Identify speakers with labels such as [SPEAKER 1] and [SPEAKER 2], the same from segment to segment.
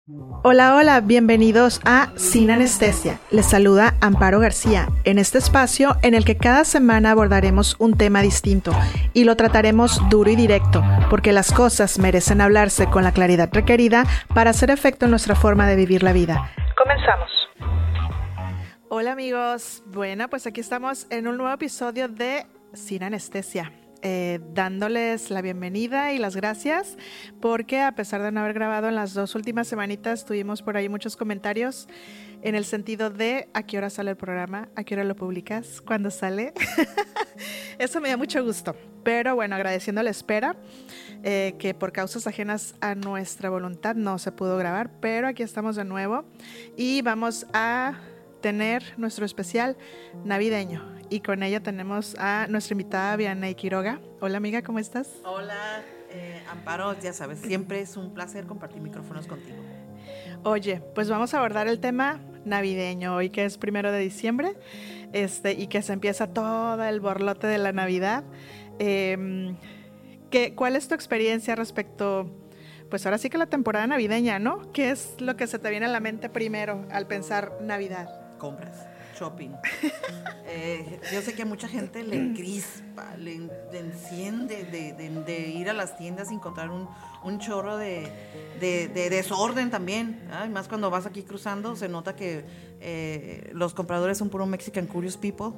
[SPEAKER 1] Hola, hola, bienvenidos a Sin Anestesia. Les saluda Amparo García, en este espacio en el que cada semana abordaremos un tema distinto y lo trataremos duro y directo, porque las cosas merecen hablarse con la claridad requerida para hacer efecto en nuestra forma de vivir la vida. Comenzamos. Hola amigos, bueno, pues aquí estamos en un nuevo episodio de Sin Anestesia. Dándoles la bienvenida y las gracias porque a pesar de no haber grabado en las 2 últimas semanitas tuvimos por ahí muchos comentarios en el sentido de a qué hora sale el programa, a qué hora lo publicas, cuándo sale. Eso me da mucho gusto, pero bueno, agradeciendo la espera, que por causas ajenas a nuestra voluntad no se pudo grabar, pero aquí estamos de nuevo y vamos a tener nuestro especial navideño. Y con ella tenemos a nuestra invitada Vianey Quiroga. Hola amiga, ¿cómo estás?
[SPEAKER 2] Hola, Amparo, ya sabes, siempre es un placer compartir micrófonos contigo.
[SPEAKER 1] Oye, pues vamos a abordar el tema navideño hoy que es 1 de diciembre y que se empieza todo el borlote de la Navidad. ¿Cuál es tu experiencia respecto, pues ahora sí que la temporada navideña, ¿no? ¿Qué es lo que se te viene a la mente primero al pensar Navidad?
[SPEAKER 2] Compras, shopping. Yo sé que a mucha gente le crispa, le enciende de ir a las tiendas y encontrar un chorro de desorden también. Y más cuando vas aquí cruzando, se nota que los compradores son puro Mexican Curious People.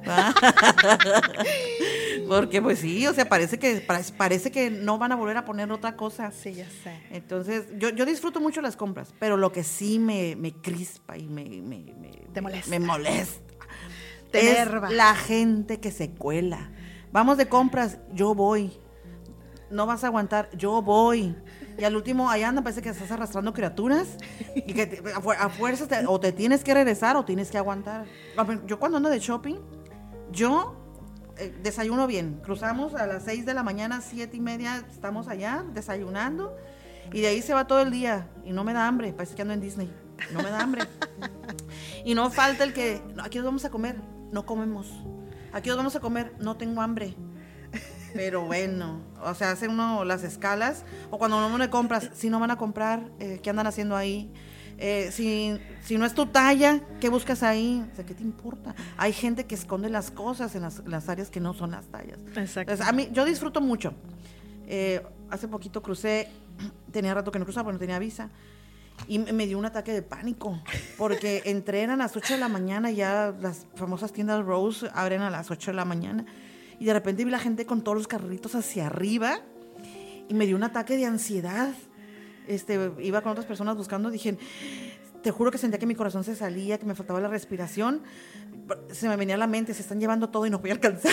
[SPEAKER 2] Porque pues sí, o sea, parece que no van a volver a poner otra cosa.
[SPEAKER 1] Sí, ya sé.
[SPEAKER 2] Entonces, yo disfruto mucho las compras, pero lo que sí me crispa y
[SPEAKER 1] ¿Te molesta?
[SPEAKER 2] Me molesta
[SPEAKER 1] Te
[SPEAKER 2] es
[SPEAKER 1] enerva.
[SPEAKER 2] la gente que se cuela. Vamos de compras, yo voy. No vas a aguantar, yo voy. Y al último, allá anda, parece que estás arrastrando criaturas y que a fuerzas o te tienes que regresar o tienes que aguantar. Yo cuando ando de shopping, yo desayuno bien. Cruzamos a las 6 de la mañana, 7:30, estamos allá desayunando y de ahí se va todo el día y no me da hambre, parece que ando en Disney, no me da hambre. Y no falta el que, aquí nos vamos a comer, no comemos. Aquí nos vamos a comer, no tengo hambre. Pero bueno, o sea, hace uno las escalas, o cuando uno le compras, si no van a comprar, ¿qué andan haciendo ahí? Si no es tu talla, ¿qué buscas ahí? O sea, ¿qué te importa? Hay gente que esconde las cosas en las áreas que no son las tallas.
[SPEAKER 1] Exacto.
[SPEAKER 2] Entonces, a mí, yo disfruto mucho. Hace poquito crucé, tenía rato que no cruzaba, porque no tenía visa, y me dio un ataque de pánico, porque eran las 8 de la mañana, ya las famosas tiendas Rose abren a las 8 de la mañana, y de repente vi la gente con todos los carritos hacia arriba, y me dio un ataque de ansiedad. Iba con otras personas buscando, dije, te juro que sentía que mi corazón se salía, que me faltaba la respiración, se me venía a la mente, se están llevando todo y no voy a alcanzar.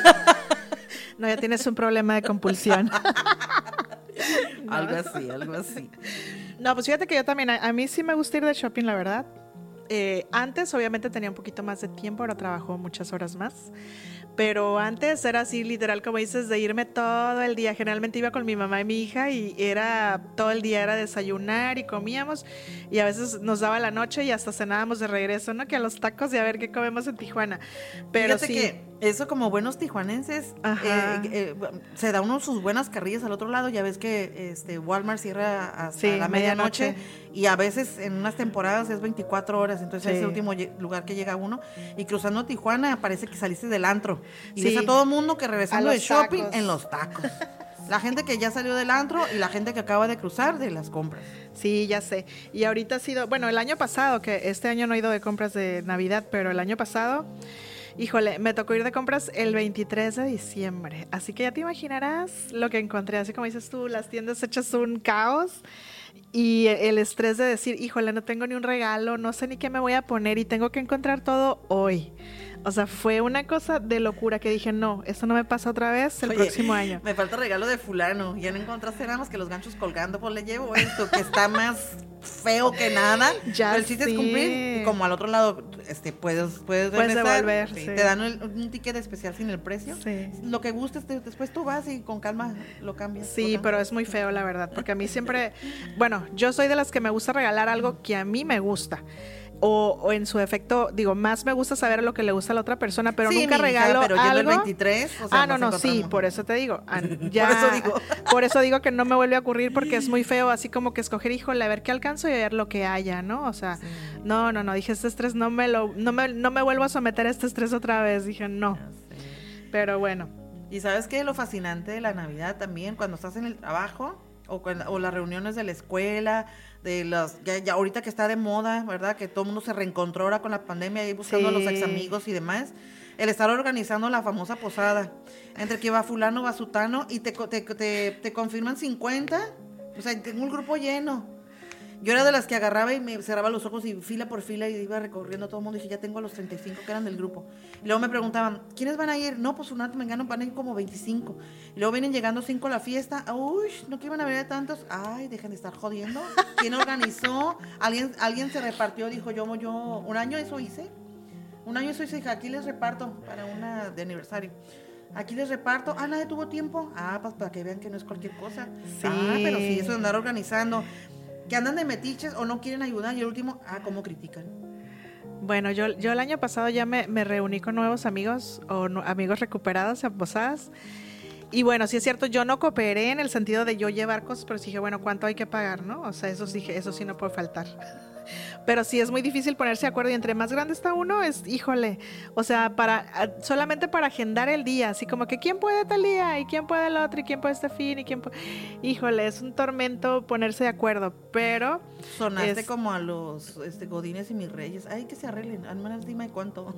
[SPEAKER 1] No, ya tienes un problema de compulsión.
[SPEAKER 2] ¿No? Algo así.
[SPEAKER 1] No, pues fíjate que yo también, a mí sí me gusta ir de shopping, la verdad. Antes obviamente tenía un poquito más de tiempo, ahora trabajo muchas horas más. Pero antes era así, literal, como dices, de irme todo el día. Generalmente iba con mi mamá y mi hija y era todo el día, era desayunar y comíamos. Y a veces nos daba la noche y hasta cenábamos de regreso, ¿no? Que a los tacos y a ver qué comemos en Tijuana. Pero
[SPEAKER 2] fíjate
[SPEAKER 1] sí,
[SPEAKER 2] que eso como buenos tijuanenses, se da uno sus buenas carrillas al otro lado. Ya ves que Walmart cierra hasta la medianoche. Y a veces en unas temporadas es 24 horas, entonces es el último lugar que llega uno. Y cruzando Tijuana parece que saliste del antro. Y ves a todo el mundo que regresando de shopping en los tacos. La gente que ya salió del antro y la gente que acaba de cruzar de las compras.
[SPEAKER 1] Sí, ya sé. Y ahorita ha sido, bueno, el año pasado, que este año no he ido de compras de Navidad, pero el año pasado, híjole, me tocó ir de compras el 23 de diciembre. Así que ya te imaginarás lo que encontré. Así como dices tú, las tiendas hechas un caos. Y el estrés de decir, híjole, no tengo ni un regalo, no sé ni qué me voy a poner y tengo que encontrar todo hoy. O sea, fue una cosa de locura que dije, no, esto no me pasa otra vez el próximo año.
[SPEAKER 2] Me falta regalo de fulano. Ya no encontraste nada más que los ganchos colgando. Pues le llevo esto, que está más feo que nada.
[SPEAKER 1] Ya
[SPEAKER 2] el chiste es cumplir. Y como al otro lado, puedes
[SPEAKER 1] devolver.
[SPEAKER 2] Sí. Te dan un ticket especial sin el precio.
[SPEAKER 1] Sí.
[SPEAKER 2] Lo que gustes, después tú vas y con calma lo cambias.
[SPEAKER 1] Sí, pero es muy feo, la verdad. Porque a mí siempre, bueno, yo soy de las que me gusta regalar algo que a mí me gusta. o en su defecto, digo, más me gusta saber lo que le gusta a la otra persona, pero
[SPEAKER 2] Sí,
[SPEAKER 1] nunca
[SPEAKER 2] mi hija,
[SPEAKER 1] regalo
[SPEAKER 2] pero yendo el
[SPEAKER 1] algo.
[SPEAKER 2] 23, o sea,
[SPEAKER 1] No,
[SPEAKER 2] nos
[SPEAKER 1] sí,
[SPEAKER 2] encontramos.
[SPEAKER 1] por eso te digo.
[SPEAKER 2] digo.
[SPEAKER 1] Por eso digo que no me vuelve a ocurrir porque es muy feo, así como que escoger, híjole, a ver qué alcanzo y a ver lo que haya, ¿no? O sea,
[SPEAKER 2] Sí.
[SPEAKER 1] no, dije, este estrés no me vuelvo a someter a este estrés otra vez, dije, no.
[SPEAKER 2] Ya sé.
[SPEAKER 1] Pero bueno.
[SPEAKER 2] Y ¿sabes qué? Lo fascinante de la Navidad también, cuando estás en el trabajo o las reuniones de la escuela, de los ya ahorita que está de moda, ¿verdad? Que todo el mundo se reencontró ahora con la pandemia y buscando a los
[SPEAKER 1] Sí.
[SPEAKER 2] ex amigos y demás. El estar organizando la famosa posada, entre que va fulano, va sutano y te confirman 50, o sea, tengo un grupo lleno. Yo era de las que agarraba y me cerraba los ojos y fila por fila y iba recorriendo a todo el mundo y dije, ya tengo a los 35 que eran del grupo. Y luego me preguntaban, ¿quiénes van a ir? No, pues un mengano van a ir como 25. Y luego vienen llegando 5 a la fiesta. Uy, ¿no que iban a venir tantos? Ay, dejen de estar jodiendo. ¿Quién organizó? Alguien se repartió, dijo, yo, un año eso hice. Dije, aquí les reparto para una de aniversario. Aquí les reparto. Nadie tuvo tiempo. Pues para que vean que no es cualquier cosa.
[SPEAKER 1] Sí.
[SPEAKER 2] Pero sí, eso de andar organizando. Que andan de metiches o no quieren ayudar. Y el último, cómo critican.
[SPEAKER 1] Bueno, yo el año pasado ya me reuní con nuevos amigos o amigos recuperados en posadas. Y bueno, sí es cierto, yo no cooperé en el sentido de yo llevar cosas, pero sí dije, bueno, ¿cuánto hay que pagar, no? O sea, eso sí no puede faltar. Pero sí es muy difícil ponerse de acuerdo y entre más grande está uno, híjole, o sea, solamente para agendar el día, así como que quién puede tal día y quién puede el otro y quién puede este fin y quién puede... Híjole, es un tormento ponerse de acuerdo, pero...
[SPEAKER 2] Sonaste como a los Godines y mis reyes. Ay, que se arreglen, al menos dime cuánto.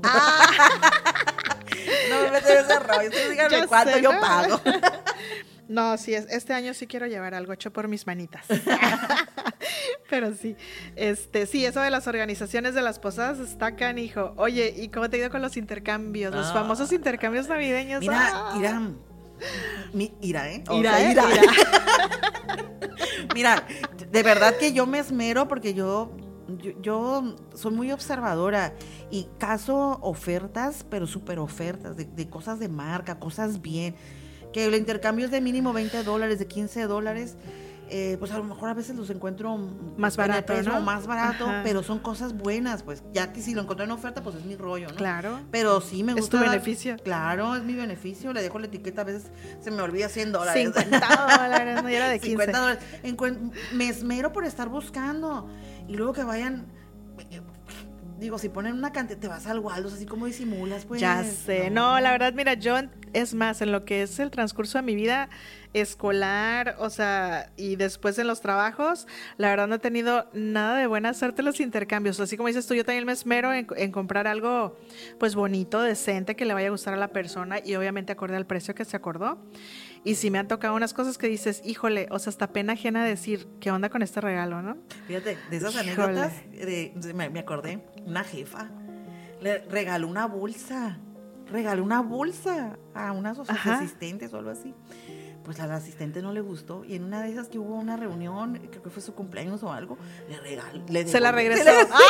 [SPEAKER 2] No me metes ese rollo, díganme
[SPEAKER 1] Ya
[SPEAKER 2] cuánto
[SPEAKER 1] sé,
[SPEAKER 2] yo
[SPEAKER 1] ¿no?
[SPEAKER 2] pago.
[SPEAKER 1] No, sí, este año sí quiero llevar algo hecho por mis manitas. Pero sí, sí, eso de las organizaciones de las posadas está canijo. Oye, ¿y cómo te ha ido con los intercambios? Los famosos intercambios navideños.
[SPEAKER 2] Mira,
[SPEAKER 1] Ira.
[SPEAKER 2] Mira, de verdad que yo me esmero porque yo soy muy observadora y caso ofertas, pero súper ofertas de cosas de marca, cosas bien, que el intercambio es de mínimo $20, de $15, pues a lo mejor a veces los encuentro
[SPEAKER 1] más barato, ¿no?
[SPEAKER 2] Más barato,
[SPEAKER 1] Ajá.
[SPEAKER 2] Pero son cosas buenas, pues ya que si lo encontré en oferta, pues es mi rollo, ¿no?
[SPEAKER 1] Claro.
[SPEAKER 2] Pero sí me gusta.
[SPEAKER 1] Es tu beneficio.
[SPEAKER 2] Claro, es mi beneficio, le dejo la etiqueta, a veces se me olvida $100.
[SPEAKER 1] $50, no, y era de 15.
[SPEAKER 2] $50. Me esmero por estar buscando y luego que vayan... Digo, si ponen una cantidad, te vas al Waldos, así como disimulas, pues.
[SPEAKER 1] Ya sé, no, la verdad, mira, yo, es más, en lo que es el transcurso de mi vida escolar, o sea, y después en los trabajos, la verdad no he tenido nada de buena suerte en los intercambios. Así como dices tú, yo también me esmero en comprar algo, pues, bonito, decente, que le vaya a gustar a la persona y obviamente acorde al precio que se acordó. Y sí me han tocado unas cosas que dices, híjole, o sea, hasta pena ajena decir, ¿qué onda con este regalo, no?
[SPEAKER 2] Fíjate, de esas
[SPEAKER 1] Híjole.
[SPEAKER 2] anécdotas, me acordé, una jefa le regaló una bolsa a unas asistentes o algo así. Pues a la asistente no le gustó y en una de esas que hubo una reunión, creo que fue su cumpleaños o algo,
[SPEAKER 1] Se la regresó.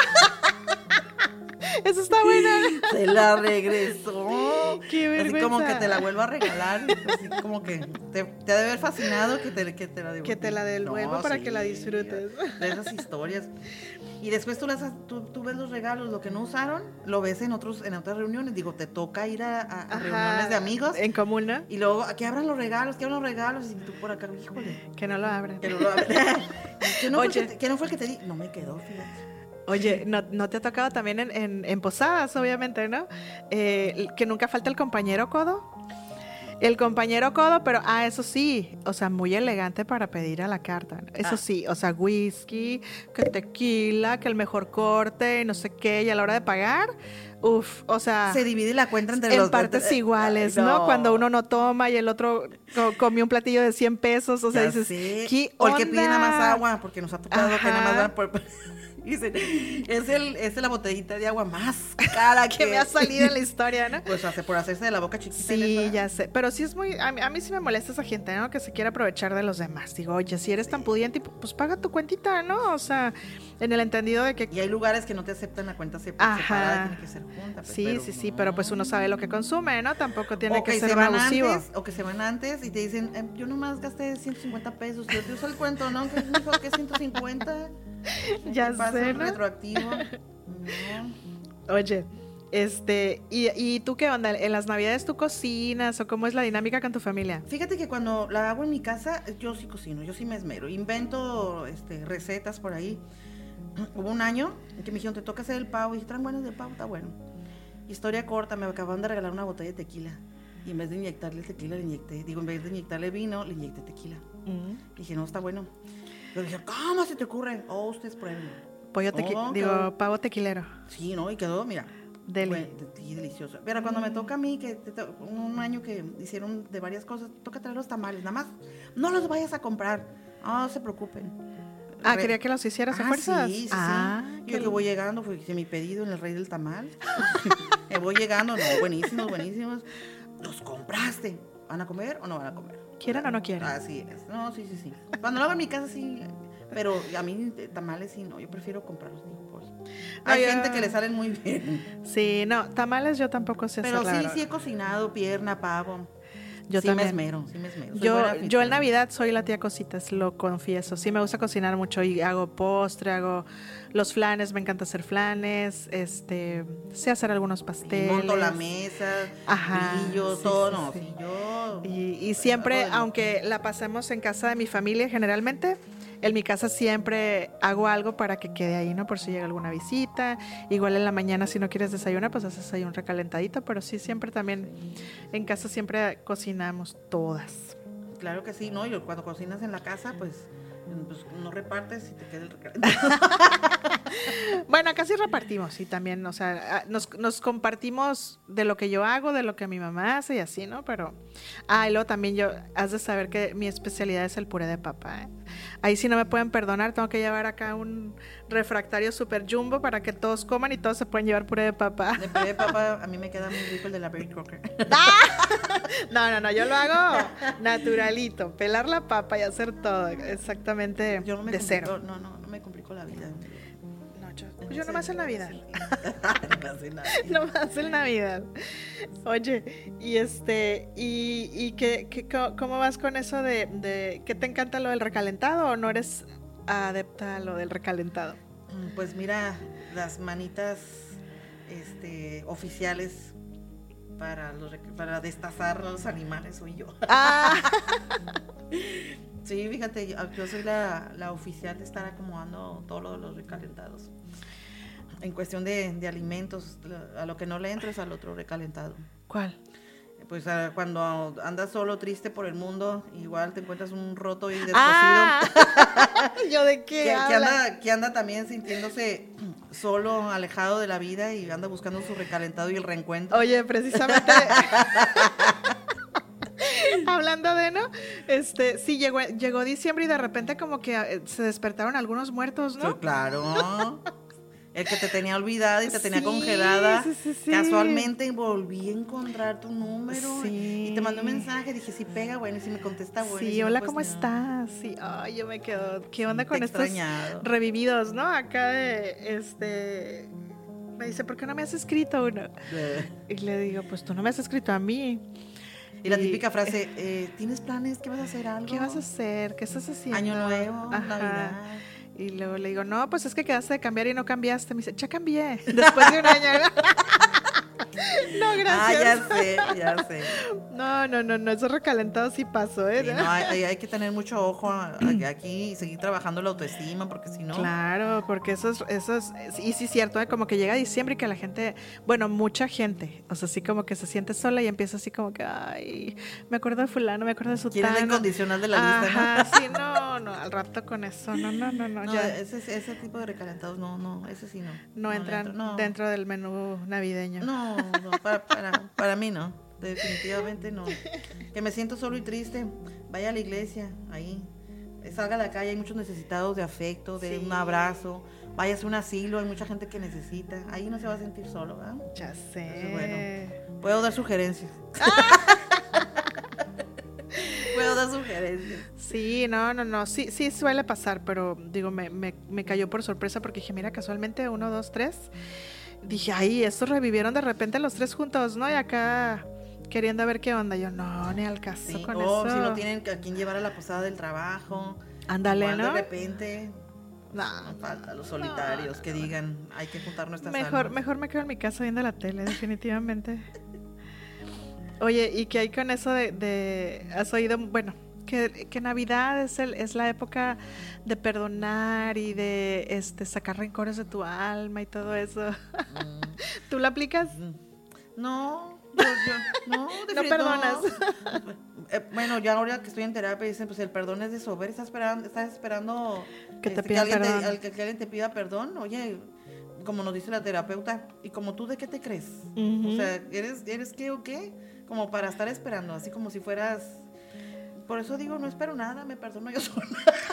[SPEAKER 1] Eso está bueno.
[SPEAKER 2] Se la regresó.
[SPEAKER 1] Qué vergüenza.
[SPEAKER 2] Así como que te la vuelvo a regalar. Así como que te ha de haber fascinado que te la devuelva.
[SPEAKER 1] Que te la devuelvo para que la disfrutes.
[SPEAKER 2] De esas historias. Y después tú ves los regalos, lo que no usaron, lo ves en otras reuniones. Digo, te toca ir a reuniones de amigos.
[SPEAKER 1] En común, ¿no?
[SPEAKER 2] Y luego, que abran los regalos. Y tú por acá, híjole.
[SPEAKER 1] Que no lo abran.
[SPEAKER 2] Que no lo abran.
[SPEAKER 1] Oye.
[SPEAKER 2] ¿Qué no fue el que te di? No me quedó, fíjate.
[SPEAKER 1] Oye, ¿no te ha tocado también en posadas, obviamente, ¿no? Que nunca falta el compañero codo. El compañero codo, pero eso sí, o sea, muy elegante para pedir a la carta, ¿no? Eso sí, o sea, whisky, que tequila, que el mejor corte, no sé qué, y a la hora de pagar, o sea...
[SPEAKER 2] Se divide la cuenta entre
[SPEAKER 1] en
[SPEAKER 2] los...
[SPEAKER 1] partes iguales, ¿no? Cuando uno no toma y el otro comió un platillo de 100 pesos, o sea,
[SPEAKER 2] ya
[SPEAKER 1] dices,
[SPEAKER 2] sé.
[SPEAKER 1] ¿qué
[SPEAKER 2] O el
[SPEAKER 1] onda?
[SPEAKER 2] que pide nada más agua, porque nos ha tocado que nada más van por...
[SPEAKER 1] Dice,
[SPEAKER 2] es la botellita de agua más cara
[SPEAKER 1] que me ha salido en la historia, ¿no?
[SPEAKER 2] Pues por hacerse de la boca chiquita.
[SPEAKER 1] Sí, ya sé. Pero sí es muy... A mí sí me molesta esa gente, ¿no? Que se quiere aprovechar de los demás. Digo, oye, si eres tan pudiente, pues paga tu cuentita, ¿no? O sea, en el entendido de que...
[SPEAKER 2] Y hay lugares que no te aceptan la cuenta separada, tiene que ser junta. Pues,
[SPEAKER 1] sí, pero pues uno sabe lo que consume, ¿no? Tampoco tiene que ser
[SPEAKER 2] abusivo.
[SPEAKER 1] abusivo.
[SPEAKER 2] O que se van antes y te dicen, yo nomás gasté 150 pesos. Yo te uso el cuento, ¿no? Que es mejor que 150.
[SPEAKER 1] Ya sé, ¿no?
[SPEAKER 2] Retroactivo. No.
[SPEAKER 1] Oye, ¿y tú qué onda? ¿En las Navidades tú cocinas o cómo es la dinámica con tu familia?
[SPEAKER 2] Fíjate que cuando la hago en mi casa, yo sí cocino, yo sí me esmero. Invento recetas por ahí. Hubo un año en que me dijeron, te toca hacer el pavo. Y dije, ¿traen buenas de pavo? Está bueno. Historia corta, me acaban de regalar una botella de tequila. Y en vez de inyectarle tequila, en vez de inyectarle vino, le inyecté tequila. Dije, no, está bueno. Pero dije, ¿cómo se te ocurre? Ustedes prueben.
[SPEAKER 1] Pavo tequilero.
[SPEAKER 2] Sí, ¿no? Y quedó, mira. Sí, delicioso. Pero cuando me toca a mí, un año que hicieron de varias cosas, toca traer los tamales. Nada más, no los vayas a comprar. No se preocupen.
[SPEAKER 1] Quería que los hicieras a fuerzas.
[SPEAKER 2] Sí. Yo que voy llegando, hice mi pedido en el Rey del Tamal. Me voy llegando, no, buenísimos. Los compraste. ¿Van a comer o no van a comer?
[SPEAKER 1] ¿Quieren o no quieren?
[SPEAKER 2] Así es. No, sí. Cuando lo hago en mi casa, sí. Pero a mí tamales sí, no. Yo prefiero comprarlos, digo, pues. Hay gente que le salen muy bien.
[SPEAKER 1] Sí, no, tamales yo tampoco sé hacer.
[SPEAKER 2] Pero sí he cocinado pierna, pavo.
[SPEAKER 1] Yo también.
[SPEAKER 2] Me esmero.
[SPEAKER 1] Yo en Navidad soy la tía Cositas, lo confieso. Sí me gusta cocinar mucho y hago postre, hago los flanes, me encanta hacer flanes, sé hacer algunos pasteles.
[SPEAKER 2] Y monto la mesa, brillos, todo, no, sí, yo...
[SPEAKER 1] Y siempre, aunque la pasemos en casa de mi familia generalmente, en mi casa siempre hago algo para que quede ahí, ¿no? Por si llega alguna visita. Igual en la mañana, si no quieres desayunar, pues haces ahí un recalentadito. Pero sí, siempre también en casa siempre cocinamos todas.
[SPEAKER 2] Claro que sí, ¿no? Y cuando cocinas en la casa, pues no repartes y te queda el recalentado.
[SPEAKER 1] Bueno, acá sí repartimos, sí, también, o sea, nos compartimos de lo que yo hago, de lo que mi mamá hace y así, ¿no? Pero, y luego también has de saber que mi especialidad es el puré de papa, ¿eh? Ahí sí no me pueden perdonar, tengo que llevar acá un refractario super jumbo para que todos coman y todos se pueden llevar puré de papa.
[SPEAKER 2] De puré de papa a mí me queda muy rico el de la Berry Crocker.
[SPEAKER 1] No, yo lo hago naturalito, pelar la papa y hacer todo exactamente de cero.
[SPEAKER 2] No me complico la vida.
[SPEAKER 1] Yo nomás en Navidad. Nomás en Navidad. Oye, y ¿cómo vas con eso de que te encanta lo del recalentado o no eres adepta a lo del recalentado?
[SPEAKER 2] Pues mira, las manitas oficiales para destazar a los animales soy yo. Sí, fíjate, yo soy la oficial de estar acomodando todos los recalentados. En cuestión de alimentos, a lo que no le entres al otro recalentado.
[SPEAKER 1] ¿Cuál?
[SPEAKER 2] Pues cuando andas solo, triste por el mundo, igual te encuentras un roto y descosido.
[SPEAKER 1] ¿Yo de qué
[SPEAKER 2] que anda también sintiéndose solo, alejado de la vida y anda buscando su recalentado y el reencuentro.
[SPEAKER 1] Oye, precisamente... Hablando de, ¿no? Sí, llegó diciembre y de repente como que se despertaron algunos muertos, ¿no?
[SPEAKER 2] Sí, claro. El que te tenía olvidada y te tenía congelada. Sí. Casualmente volví a encontrar tu número y te mandé un mensaje. Dije, sí pega, bueno, y si me contesta, bueno.
[SPEAKER 1] Sí, hola, ¿cómo estás? Sí, yo me quedo. ¿Qué onda con estos revividos, no? Acá me dice, ¿por qué no me has escrito uno? Y le digo, pues tú no me has escrito a mí.
[SPEAKER 2] Y la típica frase, ¿tienes planes? ¿Qué vas a hacer? ¿Algo?
[SPEAKER 1] ¿Qué vas a hacer? ¿Qué estás haciendo?
[SPEAKER 2] Año nuevo, Navidad.
[SPEAKER 1] Y luego le digo, no, pues es que quedaste de cambiar y no cambiaste. Me dice, ya cambié, después de un año. No, gracias.
[SPEAKER 2] Ya sé.
[SPEAKER 1] No, eso recalentado sí pasó, ¿eh?
[SPEAKER 2] Sí, no, hay que tener mucho ojo aquí y seguir trabajando la autoestima, porque si no...
[SPEAKER 1] Claro, porque eso es y sí es cierto, ¿eh? Como que llega diciembre y que la gente, bueno, mucha gente, o sea, así como que se siente sola y empieza así como que, ay, me acuerdo de fulano, me acuerdo de sutano.
[SPEAKER 2] ¿Quién es la incondicional de la lista, no?
[SPEAKER 1] Sí, no, al rato con eso, no. Ya.
[SPEAKER 2] Ese tipo de recalentados, no, ese sí no.
[SPEAKER 1] No entran dentro del menú navideño.
[SPEAKER 2] No, para mí no, definitivamente no. Que me siento solo y triste, vaya a la iglesia, ahí, salga a la calle, hay muchos necesitados de afecto, de un abrazo, váyase a un asilo, hay mucha gente que necesita, ahí no se va a sentir solo, ¿verdad?
[SPEAKER 1] Ya sé.
[SPEAKER 2] Entonces, bueno, puedo dar sugerencias. Puedo dar sugerencias.
[SPEAKER 1] Sí, no, sí suele pasar, pero digo, me cayó por sorpresa porque dije, mira, casualmente 1, 2, 3... Dije, ay, estos revivieron de repente los tres juntos, ¿no? Y acá queriendo ver qué onda. Yo, no, ni al caso con eso.
[SPEAKER 2] Si no tienen a quién llevar a la posada del trabajo.
[SPEAKER 1] Ándale, ¿no?
[SPEAKER 2] De repente,
[SPEAKER 1] No,
[SPEAKER 2] falta los solitarios que digan, hay que juntar nuestras almas.
[SPEAKER 1] Mejor me quedo en mi casa viendo la tele, definitivamente. Oye, ¿y qué hay con eso de has oído, bueno, que Navidad es la época de perdonar y de sacar rencores de tu alma y todo eso? ¿Tú lo aplicas?
[SPEAKER 2] No, no,
[SPEAKER 1] no perdonas.
[SPEAKER 2] Bueno, ya ahora que estoy en terapia dicen, pues el perdón es de sober, estás esperando
[SPEAKER 1] que te pidan perdón.
[SPEAKER 2] Que alguien te pida perdón. Oye, como nos dice la terapeuta, ¿y como tú de qué te crees?
[SPEAKER 1] Uh-huh.
[SPEAKER 2] O sea, ¿eres qué o qué? Como para estar esperando, así como si fueras... Por eso digo, no espero nada, me perdono yo sola.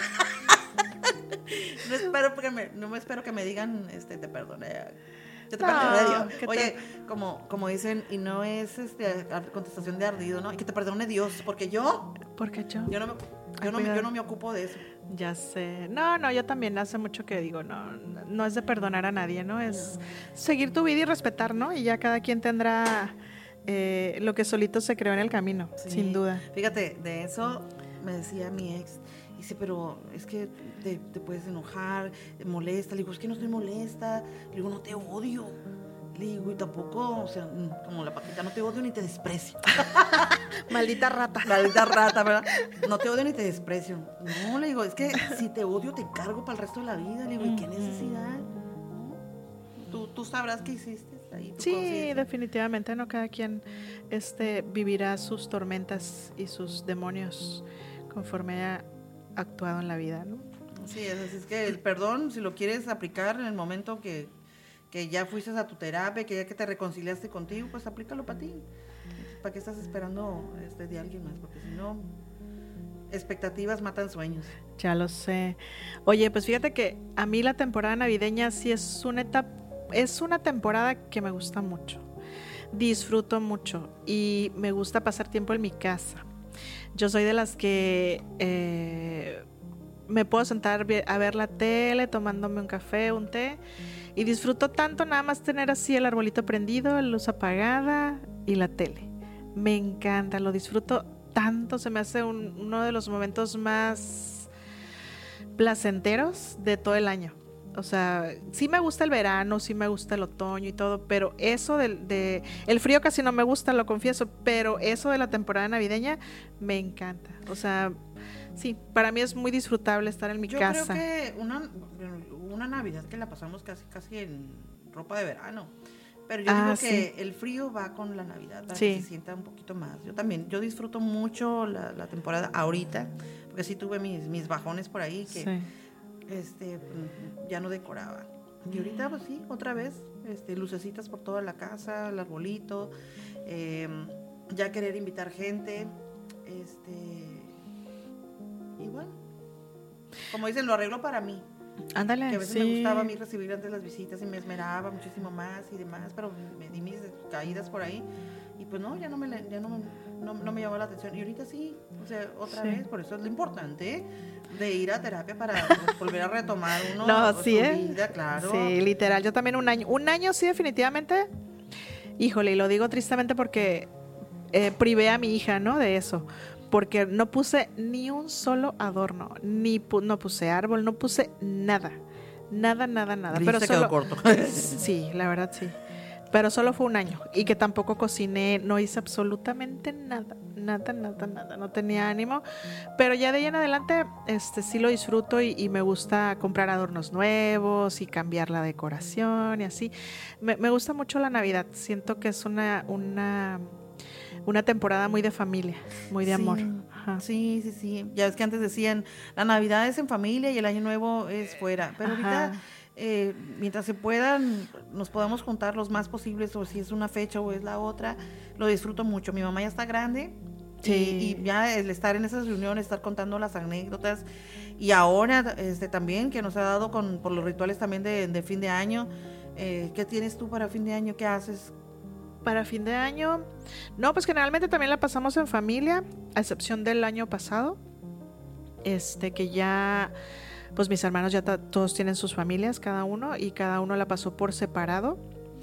[SPEAKER 2] No me espero que me digan, te perdoné. Yo te perdoné, Dios. Oye, como dicen, y no es contestación de ardido, ¿no? Y que te perdone Dios, porque yo...
[SPEAKER 1] ¿Por qué yo?
[SPEAKER 2] Yo no me ocupo de eso.
[SPEAKER 1] Ya sé. No, yo también hace mucho que digo, no es de perdonar a nadie, ¿no? Es seguir tu vida y respetar, ¿no? Y ya cada quien tendrá lo que solito se creó en el camino, sí, sin duda.
[SPEAKER 2] Fíjate, de eso me decía mi ex, dice, pero es que te puedes enojar, molesta. Le digo, es que no estoy molesta. Le digo, no te odio. Le digo, y tampoco, o sea, como la Paquita, no te odio ni te desprecio.
[SPEAKER 1] Maldita rata.
[SPEAKER 2] Maldita rata, ¿verdad? No te odio ni te desprecio. No, le digo, es que si te odio te cargo para el resto de la vida. Le digo, ¿y qué necesidad? ¿No? Tú sabrás qué hiciste ahí.
[SPEAKER 1] Sí, definitivamente, ¿no? Cada quien vivirá sus tormentas y sus demonios conforme haya actuado en la vida, ¿no?
[SPEAKER 2] Sí, es que el perdón, si lo quieres aplicar en el momento que ya fuiste a tu terapia, que ya que te reconciliaste contigo, pues aplícalo para ti. ¿Para qué estás esperando de alguien más? Porque si no, expectativas matan sueños.
[SPEAKER 1] Ya lo sé. Oye, pues fíjate que a mí la temporada navideña sí es una temporada que me gusta mucho. Disfruto mucho y me gusta pasar tiempo en mi casa. Yo soy de las que me puedo sentar a ver la tele, tomándome un café, un té, y disfruto tanto nada más tener así el arbolito prendido, la luz apagada y la tele. Me encanta, lo disfruto tanto, se me hace uno de los momentos más placenteros de todo el año. O sea, sí me gusta el verano, sí me gusta el otoño y todo, pero eso el frío casi no me gusta, lo confieso, pero eso de la temporada navideña me encanta. O sea, sí, para mí es muy disfrutable estar en mi casa.
[SPEAKER 2] Yo creo que una Navidad que la pasamos casi en ropa de verano, pero yo digo que el frío va con la Navidad para que se sienta un poquito más. Yo disfruto mucho la temporada ahorita, porque sí tuve mis bajones por ahí que ya no decoraba. Y ahorita pues sí, otra vez, lucecitas por toda la casa, el arbolito, ya querer invitar gente, y bueno, como dicen, lo arreglo para mí.
[SPEAKER 1] Ándale,
[SPEAKER 2] que a veces me gustaba a mí recibir antes las visitas y me esmeraba muchísimo más y demás, pero me di mis caídas por ahí y pues no, ya no me llamaba la atención. Y ahorita sí, o sea, otra vez, por eso es lo importante de ir a terapia para volver a retomar su vida, claro.
[SPEAKER 1] Sí, literal, yo también un año sí, definitivamente, híjole, y lo digo tristemente porque privé a mi hija, ¿no? De eso. Porque no puse ni un solo adorno, no puse árbol, no puse nada. Pero
[SPEAKER 2] se quedó corto.
[SPEAKER 1] Sí, la verdad sí. Pero solo fue un año y que tampoco cociné, no hice absolutamente nada, no tenía ánimo. Pero ya de ahí en adelante sí lo disfruto y me gusta comprar adornos nuevos y cambiar la decoración y así. Me gusta mucho la Navidad, siento que es una temporada muy de familia, muy de amor. Ajá.
[SPEAKER 2] Sí. Ya ves que antes decían, la Navidad es en familia y el Año Nuevo es fuera. Pero ahorita, mientras se puedan, nos podamos juntar los más posibles, o si es una fecha o es la otra, lo disfruto mucho. Mi mamá ya está grande. Sí. Y ya el estar en esas reuniones, estar contando las anécdotas. Y ahora también, que nos ha dado por los rituales también de fin de año. ¿Qué tienes tú para fin de año? ¿Qué haces?
[SPEAKER 1] Para fin de año, no, pues generalmente también la pasamos en familia, a excepción del año pasado, que ya, pues mis hermanos ya todos tienen sus familias, cada uno la pasó por separado,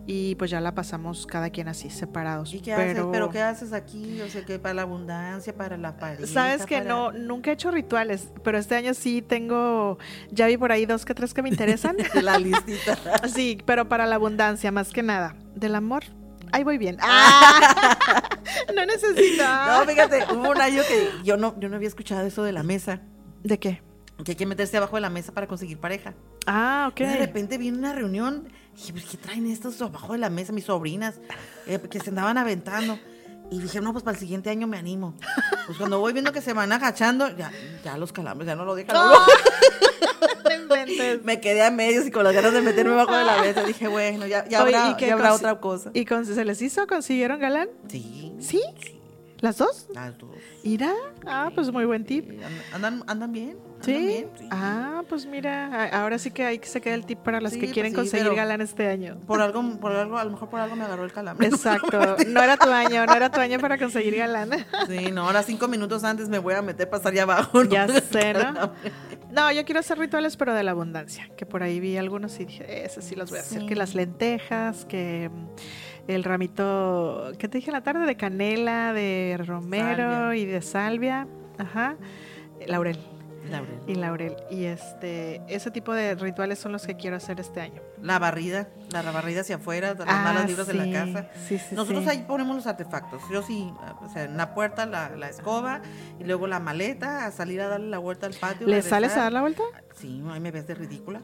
[SPEAKER 1] y pues ya la pasamos cada quien así, separados.
[SPEAKER 2] ¿Y qué haces? ¿Pero qué haces aquí? O sea, que para la abundancia, para la pareja.
[SPEAKER 1] Sabes que no, nunca he hecho rituales, pero este año sí tengo, ya vi por ahí 2 que 3 que me interesan.
[SPEAKER 2] La listita.
[SPEAKER 1] Sí, pero para la abundancia, más que nada. Del amor, ahí voy bien. No necesito.
[SPEAKER 2] No, fíjate, hubo un año que yo no había escuchado eso de la mesa.
[SPEAKER 1] ¿De qué?
[SPEAKER 2] Que hay que meterse abajo de la mesa para conseguir pareja.
[SPEAKER 1] Ok.
[SPEAKER 2] Y de repente vi una reunión, dije, pues, ¿qué traen estos abajo de la mesa? Mis sobrinas, que se andaban aventando. Y dije, no, pues para el siguiente año me animo. Pues cuando voy viendo que se van agachando, ya los calambres, ya no lo dejan.
[SPEAKER 1] No inventes.
[SPEAKER 2] Me quedé a medios y con las ganas de meterme abajo de la mesa. Dije, bueno, ya habrá otra cosa.
[SPEAKER 1] ¿Y se les hizo? ¿Consiguieron galán?
[SPEAKER 2] Sí.
[SPEAKER 1] ¿Sí? ¿Las 2?
[SPEAKER 2] Las 2.
[SPEAKER 1] ¿Irá? Pues muy buen tip.
[SPEAKER 2] ¿Andan bien?
[SPEAKER 1] ¿Sí?
[SPEAKER 2] Bien, sí.
[SPEAKER 1] Pues mira, ahora sí que ahí se queda el tip para las que quieren
[SPEAKER 2] pues sí,
[SPEAKER 1] conseguir galán este año.
[SPEAKER 2] Por algo, a lo mejor por algo me agarró el calambre.
[SPEAKER 1] Exacto, no era tu año para conseguir galán.
[SPEAKER 2] Sí, no, ahora 5 minutos antes me voy a meter para estar allá abajo.
[SPEAKER 1] Ya sé, ¿no? No, yo quiero hacer rituales, pero de la abundancia, que por ahí vi algunos y dije, esos sí los voy a hacer, que las lentejas, que el ramito, ¿qué te dije en la tarde? De canela, de romero
[SPEAKER 2] Salvia.
[SPEAKER 1] Y de salvia, laurel. Y ese tipo de rituales son los que quiero hacer este año.
[SPEAKER 2] La barrida hacia afuera, los malos libros de la casa.
[SPEAKER 1] Sí,
[SPEAKER 2] Nosotros ahí ponemos los artefactos. Yo sí, o sea, en la puerta la escoba y luego la maleta, a salir a darle la vuelta al patio.
[SPEAKER 1] ¿Le sales a dar la vuelta?
[SPEAKER 2] Sí, ahí me ves de ridícula.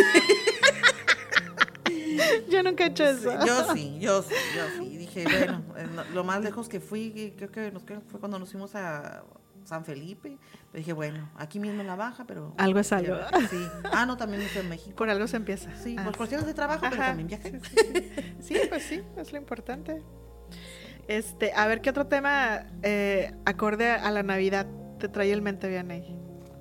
[SPEAKER 1] Yo nunca he hecho eso.
[SPEAKER 2] Yo sí. Dije, bueno, lo más lejos que fui, creo que fue cuando nos fuimos a San Felipe. Pero dije, bueno, aquí mismo en la baja, pero...
[SPEAKER 1] Algo es algo.
[SPEAKER 2] Sí. No, también me fui a México.
[SPEAKER 1] Por algo se empieza.
[SPEAKER 2] Sí, por cuestiones de trabajo, pero también viajé.
[SPEAKER 1] Sí, pues sí, es lo importante. A ver, ¿qué otro tema acorde a la Navidad te trae el mente, Vianey?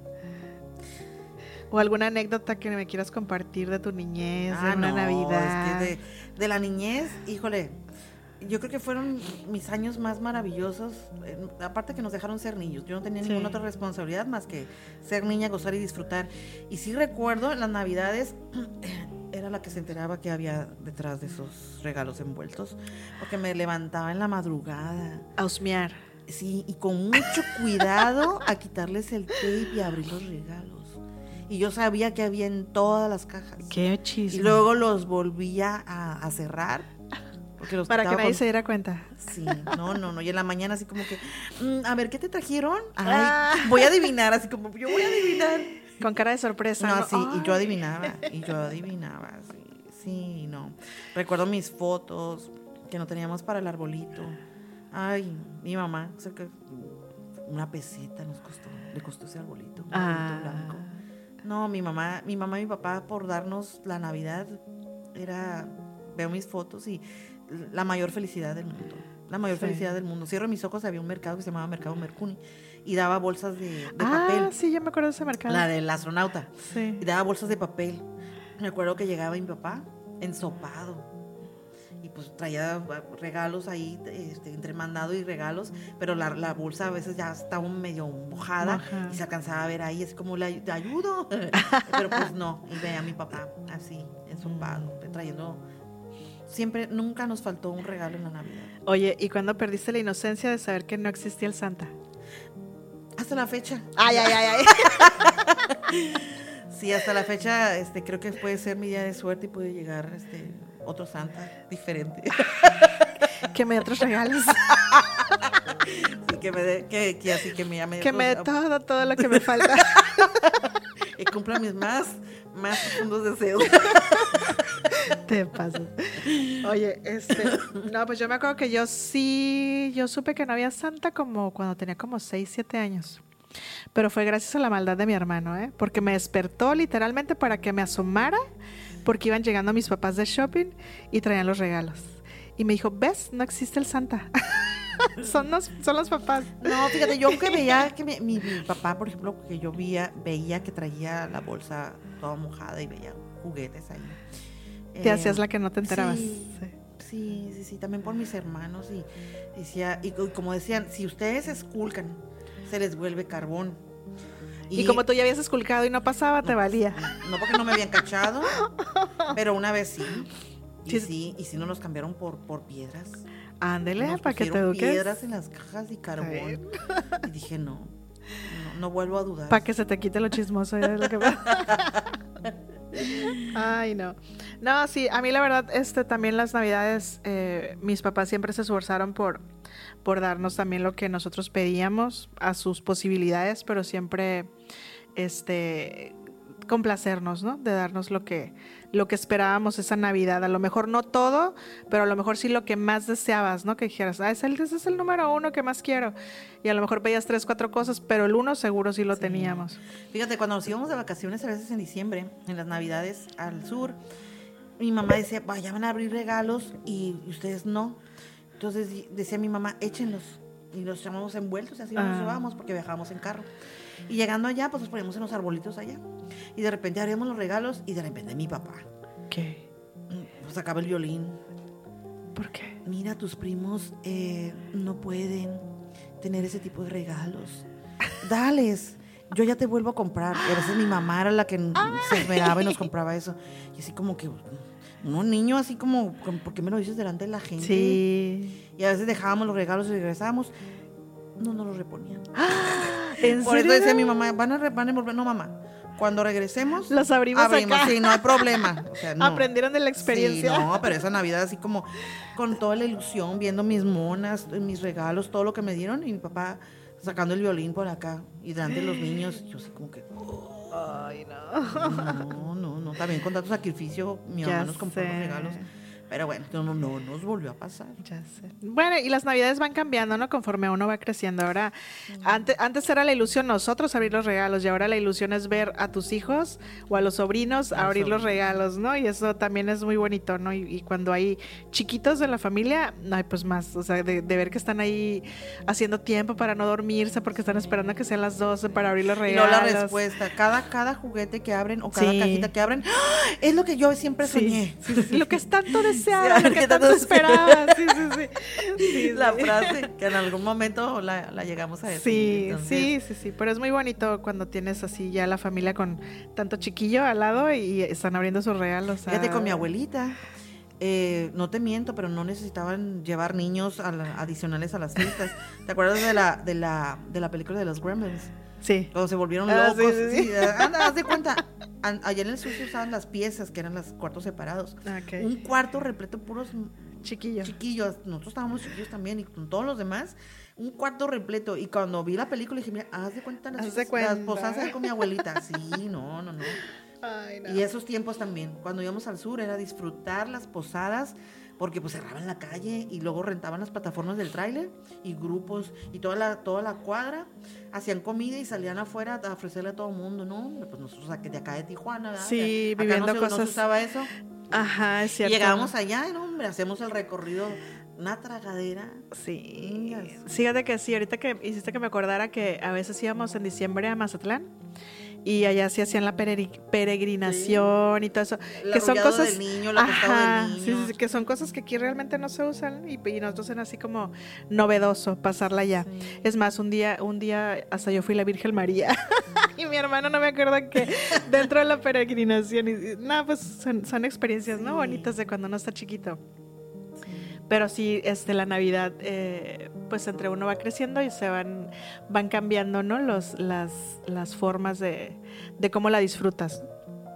[SPEAKER 1] ¿O alguna anécdota que me quieras compartir de tu niñez, de una Navidad?
[SPEAKER 2] Es que de la niñez, híjole, yo creo que fueron mis años más maravillosos, aparte que nos dejaron ser niños. Yo no tenía ninguna otra responsabilidad más que ser niña, gozar y disfrutar. Y sí recuerdo en las Navidades, era la que se enteraba que había detrás de esos regalos envueltos, porque me levantaba en la madrugada.
[SPEAKER 1] A husmear.
[SPEAKER 2] Sí, y con mucho cuidado a quitarles el tape y abrir los regalos. Y yo sabía que había en todas las cajas.
[SPEAKER 1] Qué chisme.
[SPEAKER 2] Y luego los volvía a cerrar. Porque los
[SPEAKER 1] para que nadie se diera cuenta.
[SPEAKER 2] Sí, no. Y en la mañana así como que, a ver, ¿qué te trajeron? Voy a adivinar, así como, yo voy a adivinar.
[SPEAKER 1] Con cara de sorpresa.
[SPEAKER 2] No, sí, y yo adivinaba, sí, no. Recuerdo mis fotos que no teníamos para el arbolito. Ay, mi mamá, o sea que una peseta le costó ese arbolito, un arbolito blanco. No, mi mamá y mi papá por darnos la Navidad veo mis fotos y la mayor felicidad del mundo. La mayor felicidad del mundo. Cierro mis ojos, había un mercado que se llamaba Mercado Mercuni y daba bolsas de papel.
[SPEAKER 1] Sí, yo me acuerdo de ese mercado.
[SPEAKER 2] La del astronauta.
[SPEAKER 1] Sí.
[SPEAKER 2] Y daba bolsas de papel. Me acuerdo que llegaba mi papá ensopado. Y pues traía regalos ahí, entre mandado y regalos, pero la bolsa a veces ya estaba medio mojada. Y se alcanzaba a ver ahí, así como te ayudo. Pero pues no, y veía a mi papá así, ensopado, trayendo. Siempre, nunca nos faltó un regalo en la Navidad.
[SPEAKER 1] Oye, ¿y cuándo perdiste la inocencia de saber que no existía el Santa?
[SPEAKER 2] Hasta la fecha.
[SPEAKER 1] Ay.
[SPEAKER 2] Sí, hasta la fecha, creo que puede ser mi día de suerte y puede llegar, otro Santa diferente.
[SPEAKER 1] Que me dé otros regalos.
[SPEAKER 2] Sí, que me dé, que me llame.
[SPEAKER 1] Que me dé todo lo que me falta.
[SPEAKER 2] Y cumpla mis más profundos deseos.
[SPEAKER 1] Te pasas. Oye, no, pues yo me acuerdo que yo supe que no había Santa como cuando tenía como 6, 7 años. Pero fue gracias a la maldad de mi hermano, porque me despertó literalmente para que me asomara, porque iban llegando mis papás de shopping y traían los regalos. Y me dijo, ¿ves? No existe el Santa. son los papás.
[SPEAKER 2] No, fíjate, yo que veía que mi papá, por ejemplo, que yo veía que traía la bolsa toda mojada y veía juguetes ahí.
[SPEAKER 1] Te hacías la que no te enterabas.
[SPEAKER 2] Sí, también por mis hermanos. Y decía, y como decían, si ustedes esculcan, se les vuelve carbón.
[SPEAKER 1] Y como tú ya habías esculcado y no pasaba, te valía.
[SPEAKER 2] No porque no me habían cachado, pero una vez sí. Y sí no nos cambiaron por piedras.
[SPEAKER 1] Ándele, para que te eduques.
[SPEAKER 2] Piedras en las cajas y carbón. Sí. Y dije, no vuelvo a dudar.
[SPEAKER 1] Para que se te quite lo chismoso. Es lo que Ay, no. No, sí, a mí la verdad, también las navidades, mis papás siempre se esforzaron por darnos también lo que nosotros pedíamos a sus posibilidades, pero siempre, complacernos, ¿no? De darnos lo que esperábamos esa Navidad. A lo mejor no todo, pero a lo mejor sí lo que más deseabas, ¿no? Que dijeras, ese es el número 1 que más quiero. Y a lo mejor pedías 3, 4 cosas, pero el 1 seguro sí lo teníamos.
[SPEAKER 2] Fíjate, cuando nos íbamos de vacaciones a veces en diciembre, en las Navidades al sur, mi mamá decía, ya van a abrir regalos y ustedes no. Entonces decía mi mamá, échenlos. Y los llamamos envueltos y así nos llevábamos porque viajábamos en carro. Y llegando allá, pues nos poníamos en los arbolitos allá. Y de repente abríamos los regalos y de repente mi papá.
[SPEAKER 1] ¿Qué?
[SPEAKER 2] Pues sacaba el violín.
[SPEAKER 1] ¿Por qué?
[SPEAKER 2] Mira, tus primos no pueden tener ese tipo de regalos. Dales. Yo ya te vuelvo a comprar. Y a veces mi mamá era la que se esmeraba y nos compraba eso. Y así como que... Un niño así como, ¿por qué me lo dices delante de la gente?
[SPEAKER 1] Sí.
[SPEAKER 2] Y a veces dejábamos los regalos y regresábamos. No nos los reponían.
[SPEAKER 1] ¿En
[SPEAKER 2] Por
[SPEAKER 1] serio?
[SPEAKER 2] eso decía mi mamá, van a envolver. No, mamá, cuando regresemos,
[SPEAKER 1] los abrimos acá.
[SPEAKER 2] Sí, no hay problema. O sea, no.
[SPEAKER 1] Aprendieron de la experiencia.
[SPEAKER 2] Sí, no, pero esa Navidad así como con toda la ilusión, viendo mis monas, mis regalos, todo lo que me dieron. Y mi papá sacando el violín por acá y delante de los niños. Yo así como que...
[SPEAKER 1] Ay, no.
[SPEAKER 2] No. También con tanto sacrificio, mi mamá nos compró los regalos. Pero bueno, no nos volvió a pasar.
[SPEAKER 1] Ya sé. Bueno, y las Navidades van cambiando, ¿no? Conforme uno va creciendo. Ahora, antes era la ilusión nosotros abrir los regalos y ahora la ilusión es ver a tus hijos o a los sobrinos abrir los regalos, ¿no? Y eso también es muy bonito, ¿no? Y cuando hay chiquitos en la familia, no hay pues más, o sea, de ver que están ahí haciendo tiempo para no dormirse porque están esperando a que sean las 12 para abrir los regalos.
[SPEAKER 2] Y no la respuesta, cada juguete que abren o cada cajita que abren, ¡ah! Es lo que yo siempre soñé.
[SPEAKER 1] Sí. Lo que es tanto deseado, lo que tanto esperaba. Sí.
[SPEAKER 2] La frase que en algún momento la llegamos a decir.
[SPEAKER 1] Sí, pero es muy bonito cuando tienes así ya la familia con tanto chiquillo al lado y están abriendo sus regalos.
[SPEAKER 2] Fíjate, con mi abuelita, no te miento, pero no necesitaban llevar niños adicionales a las fiestas. ¿Te acuerdas de la película de los Gremlins?
[SPEAKER 1] Sí.
[SPEAKER 2] Cuando se volvieron locos.
[SPEAKER 1] Sí.
[SPEAKER 2] Anda, haz de cuenta. Allá en el sur se usaban las piezas, que eran los cuartos separados.
[SPEAKER 1] Okay.
[SPEAKER 2] Un cuarto repleto de puros
[SPEAKER 1] chiquillos.
[SPEAKER 2] Nosotros estábamos chiquillos también, y con todos los demás, un cuarto repleto. Y cuando vi la película dije, mira, haz de cuenta las posadas con mi abuelita. Sí, no.
[SPEAKER 1] Ay, no.
[SPEAKER 2] Y esos tiempos también, cuando íbamos al sur, era disfrutar las posadas, porque pues cerraban la calle y luego rentaban las plataformas del tráiler y grupos y toda la cuadra hacían comida y salían afuera a ofrecerle a todo el mundo, ¿no? Pues nosotros de acá de Tijuana, ¿verdad?
[SPEAKER 1] Sí,
[SPEAKER 2] acá
[SPEAKER 1] viviendo cosas.
[SPEAKER 2] No se usaba eso.
[SPEAKER 1] Ajá, es cierto.
[SPEAKER 2] Y llegábamos allá, ¿no? Hombre, hacemos el recorrido, una tragadera.
[SPEAKER 1] Sí. Fíjate que sí, ahorita que hiciste que me acordara que a veces íbamos en diciembre a Mazatlán. Y allá sí hacían la peregrinación y todo eso.
[SPEAKER 2] Que son cosas del niño, del niño.
[SPEAKER 1] Sí, que son cosas que aquí realmente no se usan y nosotros era así como novedoso pasarla allá. Sí. Es más, un día hasta yo fui la Virgen María y mi hermano no me acuerdo que dentro de la peregrinación. Pues son experiencias, ¿no? Bonitas de cuando uno está chiquito. Pero sí, la Navidad, pues entre uno va creciendo y se van cambiando, ¿no? Las formas de cómo la disfrutas.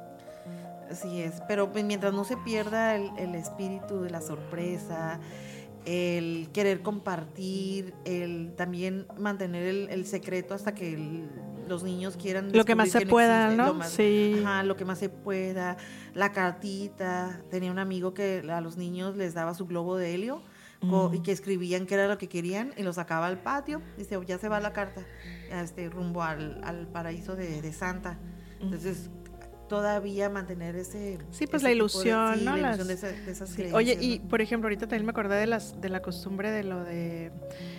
[SPEAKER 2] Así es, pero mientras no se pierda el espíritu de la sorpresa, el querer compartir, el también mantener el secreto hasta que los niños quieran
[SPEAKER 1] lo que más se pueda, ¿no?
[SPEAKER 2] Sí. Ajá, lo que más se pueda. La cartita. Tenía un amigo que a los niños les daba su globo de helio y que escribían qué era lo que querían y lo sacaba al patio. Dice, ya se va la carta rumbo al paraíso de Santa. Entonces, todavía mantener ese...
[SPEAKER 1] Sí, pues la ilusión, ¿no?
[SPEAKER 2] La ilusión de esas creencias.
[SPEAKER 1] Oye, y por ejemplo, ahorita también me acordé de la costumbre de lo de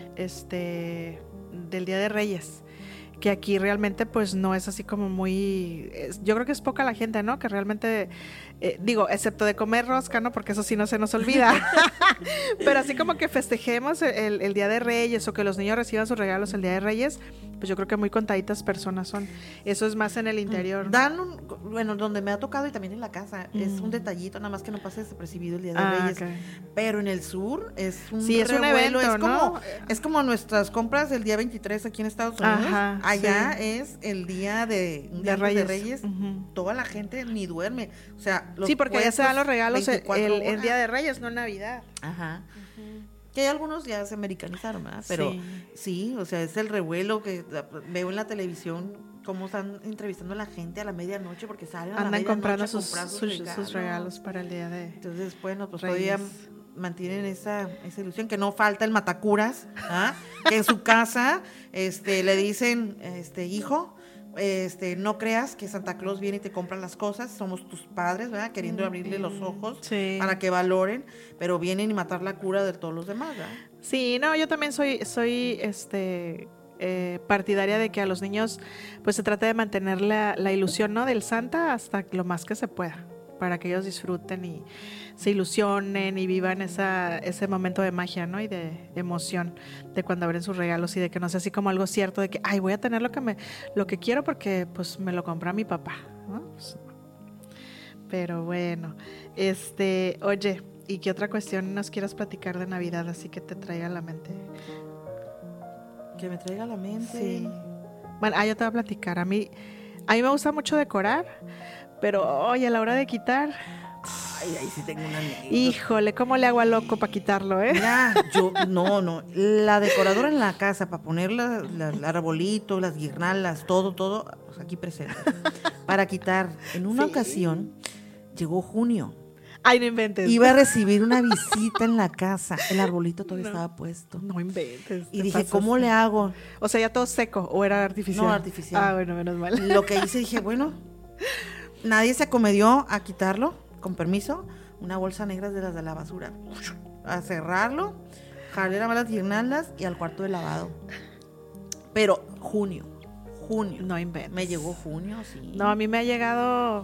[SPEAKER 1] del Día de Reyes, que aquí realmente pues no es así como muy... yo creo que es poca la gente, ¿no? Que realmente, excepto de comer rosca, ¿no? Porque eso sí no se nos olvida. Pero así como que festejemos el Día de Reyes o que los niños reciban sus regalos el Día de Reyes, pues yo creo que muy contaditas personas son. Eso es más en el interior.
[SPEAKER 2] Bueno, donde me ha tocado y también en la casa, es un detallito, nada más que no pase desapercibido el Día de Reyes.
[SPEAKER 1] Okay.
[SPEAKER 2] Pero en el sur es un
[SPEAKER 1] sí, es
[SPEAKER 2] revuelo,
[SPEAKER 1] un evento,
[SPEAKER 2] es como nuestras compras el día 23 aquí en Estados Unidos.
[SPEAKER 1] Ajá,
[SPEAKER 2] allá es el día de Reyes. Toda la gente ni duerme. O sea,
[SPEAKER 1] sí, porque ya se dan los regalos el Día de Reyes, no Navidad.
[SPEAKER 2] Ajá. Que hay algunos ya se americanizaron, ¿verdad? Pero sí, o sea, es el revuelo que veo en la televisión, cómo están entrevistando a la gente a la medianoche, porque salen a
[SPEAKER 1] andan comprando sus
[SPEAKER 2] regalos.
[SPEAKER 1] Regalos para el día de
[SPEAKER 2] Entonces, bueno, pues
[SPEAKER 1] Reyes.
[SPEAKER 2] todavía mantienen esa ilusión, que no falta el matacuras, ¿ah? Que en su casa le dicen, hijo, no creas que Santa Claus viene y te compra las cosas, somos tus padres, ¿verdad? Queriendo abrirle los ojos para que valoren, pero vienen y matar la cura de todos los demás, ¿verdad?
[SPEAKER 1] Sí, no, yo también soy partidaria de que a los niños pues se trate de mantener la ilusión, ¿no? Del Santa hasta lo más que se pueda, para que ellos disfruten y se ilusionen y vivan ese momento de magia, ¿no? Y de emoción de cuando abren sus regalos y de que no sea así como algo cierto de que, ay, voy a tener lo que quiero porque pues me lo compró mi papá, ¿no? Pues, pero bueno, oye, ¿y qué otra cuestión nos quieras platicar de Navidad así que te traiga a la mente?
[SPEAKER 2] Que me traiga a la mente.
[SPEAKER 1] Sí. Bueno, yo te voy a platicar. A mí me gusta mucho decorar, pero oye, a la hora de quitar,
[SPEAKER 2] ay, ahí sí tengo una anécdota.
[SPEAKER 1] Híjole, ¿cómo le hago a loco para quitarlo,
[SPEAKER 2] Mira, yo, no, la decoradora en la casa para poner el arbolito, las guirnaldas, todo, pues aquí presente, para quitar. En una ocasión, llegó junio.
[SPEAKER 1] Ay, no inventes.
[SPEAKER 2] Iba a recibir una visita en la casa, el arbolito todavía estaba puesto.
[SPEAKER 1] No inventes.
[SPEAKER 2] Y dije, ¿cómo le hago?
[SPEAKER 1] O sea, ¿ya todo seco o era artificial?
[SPEAKER 2] No, artificial.
[SPEAKER 1] Ah, bueno, menos mal.
[SPEAKER 2] Lo que hice, dije, bueno, nadie se acomedió a quitarlo, con permiso, una bolsa negra de las de la basura, a cerrarlo, jalé las guirnaldas y al cuarto de lavado. Pero junio.
[SPEAKER 1] No inventes.
[SPEAKER 2] Me llegó junio, sí.
[SPEAKER 1] No, a mí me ha llegado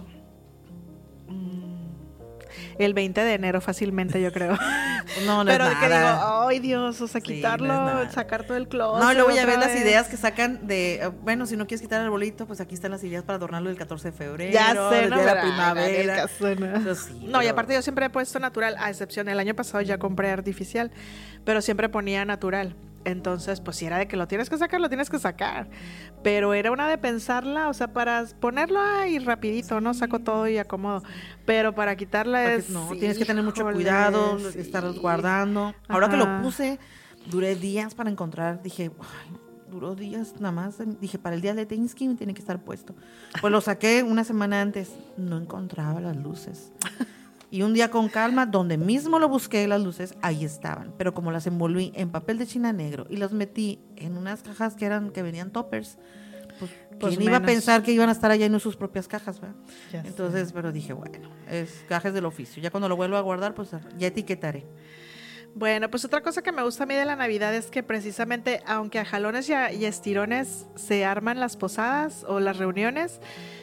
[SPEAKER 1] el 20 de enero fácilmente, yo creo.
[SPEAKER 2] No
[SPEAKER 1] pero
[SPEAKER 2] es
[SPEAKER 1] de
[SPEAKER 2] nada.
[SPEAKER 1] que digo, ay Dios, o sea,
[SPEAKER 2] Sí,
[SPEAKER 1] quitarlo,
[SPEAKER 2] no es
[SPEAKER 1] sacar todo el closet.
[SPEAKER 2] No, y luego ya ves las
[SPEAKER 1] vez.
[SPEAKER 2] ideas que sacan de, bueno, si no quieres quitar el arbolito, pues aquí están las ideas para adornarlo el 14 de febrero.
[SPEAKER 1] Ya sé, ¿no?
[SPEAKER 2] De la primavera.
[SPEAKER 1] Caso, ¿no?
[SPEAKER 2] Sí,
[SPEAKER 1] no, y aparte yo siempre he puesto natural, a excepción, el año pasado ya compré artificial, pero siempre ponía natural. Entonces, pues si era de que lo tienes que sacar. Pero era una de pensarla, o sea, para ponerlo ahí rapidito, ¿no? Saco todo y acomodo. Pero para quitarla
[SPEAKER 2] porque no, tienes que tener mucho cuidado, estarlos guardando. Ahora que lo puse, duré días para encontrar, dije, ay, duró días nada más. Dije, para el día de Thanksgiving tiene que estar puesto. Pues lo saqué una semana antes, no encontraba las luces. Y un día con calma, donde mismo lo busqué las luces, ahí estaban. Pero como las envolví en papel de china negro y las metí en unas cajas que venían toppers, pues ¿quién iba a pensar que iban a estar allá en sus propias cajas, ¿verdad? Entonces, pero dije, bueno, es cajas del oficio. Ya cuando lo vuelva a guardar, pues ya etiquetaré.
[SPEAKER 1] Bueno, pues otra cosa que me gusta a mí de la Navidad es que precisamente, aunque a jalones y a estirones se arman las posadas o las reuniones,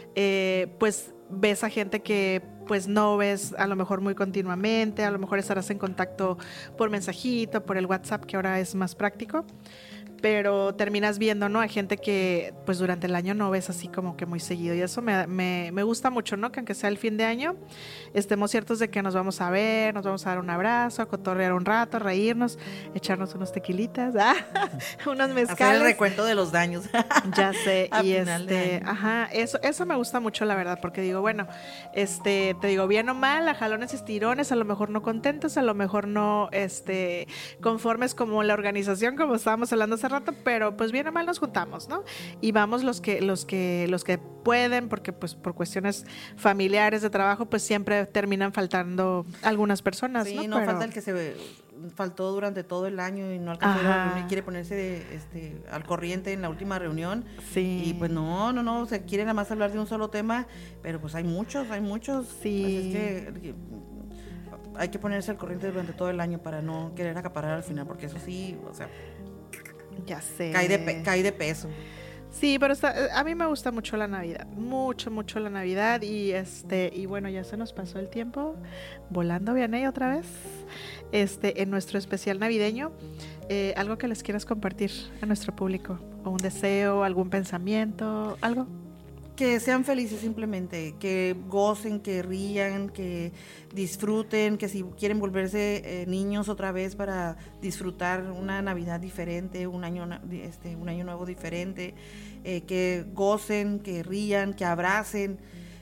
[SPEAKER 1] pues ves a gente que pues no ves a lo mejor muy continuamente, a lo mejor estarás en contacto por mensajito, por el WhatsApp, que ahora es más práctico, pero terminas viendo, ¿no? A gente que pues durante el año no ves así como que muy seguido, y eso me gusta mucho, ¿no? Que aunque sea el fin de año, estemos ciertos de que nos vamos a ver, nos vamos a dar un abrazo, a cotorrear un rato, a reírnos, echarnos unos tequilitas, unos mezcales.
[SPEAKER 2] Hacer el recuento de los daños.
[SPEAKER 1] Ya sé, y
[SPEAKER 2] ajá,
[SPEAKER 1] eso me gusta mucho, la verdad, porque digo, bueno, te digo, bien o mal, a jalones y estirones, a lo mejor no contentos, a lo mejor no conformes como la organización, como estábamos hablando hace rato, pero pues bien o mal nos juntamos, ¿no? Y vamos los que pueden, porque pues por cuestiones familiares de trabajo, pues siempre terminan faltando algunas personas,
[SPEAKER 2] sí,
[SPEAKER 1] ¿no?
[SPEAKER 2] No, pero falta el que faltó durante todo el año y no alcanzó a reunir, quiere ponerse al corriente en la última reunión.
[SPEAKER 1] Sí.
[SPEAKER 2] Y pues no, o sea, quieren nada más hablar de un solo tema, pero pues hay muchos.
[SPEAKER 1] Sí.
[SPEAKER 2] Pues es que hay que ponerse al corriente durante todo el año para no querer acaparar al final, porque eso sí, o sea,
[SPEAKER 1] ya sé.
[SPEAKER 2] cae de peso.
[SPEAKER 1] Sí, pero a mí me gusta mucho la Navidad, mucho la Navidad y bueno, ya se nos pasó el tiempo volando, Vianey, otra vez, en nuestro especial navideño. Algo que les quieras compartir a nuestro público, o un deseo, algún pensamiento, algo.
[SPEAKER 2] Que sean felices simplemente, que gocen, que rían, que disfruten, que si quieren volverse niños otra vez para disfrutar una Navidad diferente, un año nuevo diferente, que gocen, que rían, que abracen,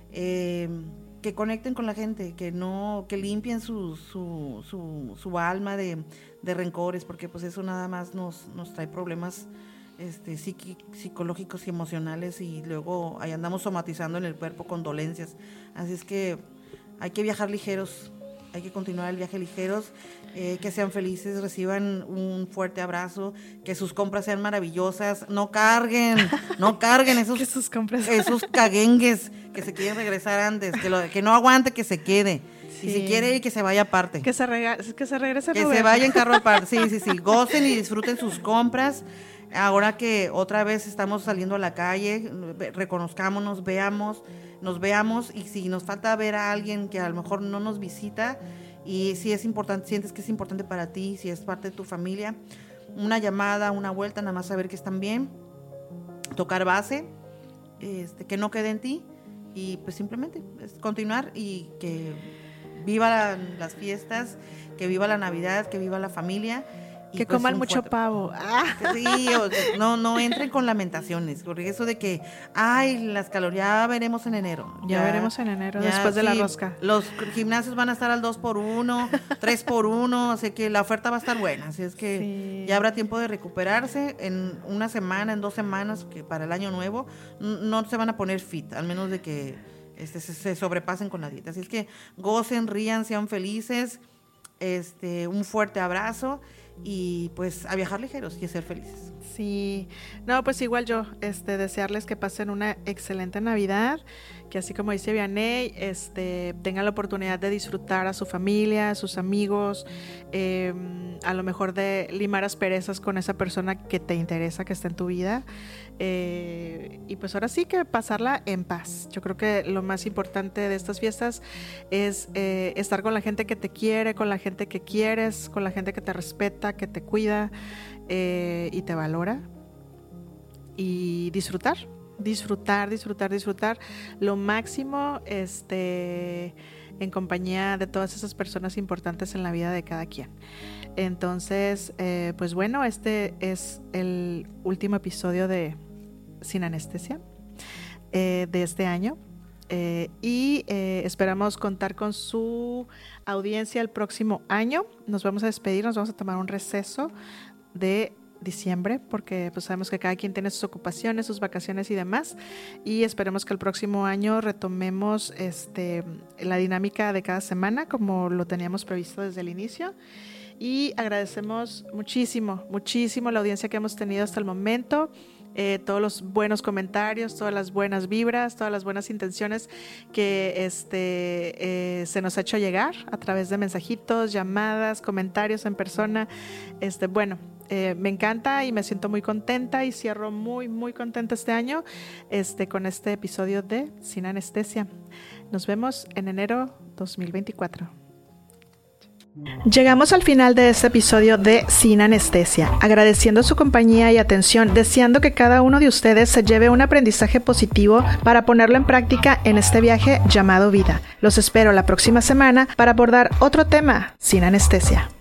[SPEAKER 2] que conecten con la gente, que limpien su alma de rencores, porque pues eso nada más nos trae problemas psicológicos y emocionales, y luego ahí andamos somatizando en el cuerpo con dolencias. Así es que hay que viajar ligeros, hay que continuar el viaje ligeros, que sean felices, reciban un fuerte abrazo, que sus compras sean maravillosas, no carguen esos caguengues que se quieren regresar antes, que no aguante, que se quede. Sí. Y si quiere ir, que se vaya aparte.
[SPEAKER 1] Que se regrese.
[SPEAKER 2] Que se vaya en carro aparte. Sí. Gocen y disfruten sus compras. Ahora que otra vez estamos saliendo a la calle, reconozcámonos, nos veamos, y si nos falta ver a alguien que a lo mejor no nos visita, y si es importante, sientes que es importante para ti, si es parte de tu familia, una llamada, una vuelta, nada más saber que están bien, tocar base, que no quede en ti, y pues simplemente continuar, y que viva las fiestas, que viva la Navidad, que viva la familia.
[SPEAKER 1] Que pues coman mucho pavo.
[SPEAKER 2] Sí, no entren con lamentaciones, porque eso de que, las calorías, ya veremos en enero.
[SPEAKER 1] Ya veremos en enero, después de la rosca.
[SPEAKER 2] Los gimnasios van a estar al 2x1, 3x1, así que la oferta va a estar buena, así es que ya habrá tiempo de recuperarse en una semana, en 2 semanas, que para el año nuevo no se van a poner fit, al menos de que se sobrepasen con la dieta. Así es que gocen, rían, sean felices, un fuerte abrazo. Y pues a viajar ligeros y a ser felices.
[SPEAKER 1] Sí, no, pues igual yo, desearles que pasen una excelente Navidad, que así como dice Vianey, tengan la oportunidad de disfrutar a su familia, a sus amigos, a lo mejor de limar asperezas con esa persona que te interesa, que está en tu vida, y pues ahora sí que pasarla en paz. Yo creo que lo más importante de estas fiestas es estar con la gente que te quiere, con la gente que quieres, con la gente que te respeta, que te cuida y te valora, y disfrutar lo máximo en compañía de todas esas personas importantes en la vida de cada quien. Entonces, pues bueno, este es el último episodio de Sin Anestesia de este año. Y esperamos contar con su audiencia el próximo año. Nos vamos a despedir, nos vamos a tomar un receso de diciembre, porque pues sabemos que cada quien tiene sus ocupaciones, sus vacaciones y demás, y esperemos que el próximo año retomemos la dinámica de cada semana como lo teníamos previsto desde el inicio. Y agradecemos muchísimo la audiencia que hemos tenido hasta el momento, todos los buenos comentarios, todas las buenas vibras, todas las buenas intenciones que se nos ha hecho llegar a través de mensajitos, llamadas, comentarios en persona. Me encanta y me siento muy contenta, y cierro muy contenta este año con este episodio de Sin Anestesia. Nos vemos en enero 2024. Llegamos al final de este episodio de Sin Anestesia, agradeciendo su compañía y atención, deseando que cada uno de ustedes se lleve un aprendizaje positivo para ponerlo en práctica en este viaje llamado vida. Los espero la próxima semana para abordar otro tema sin anestesia.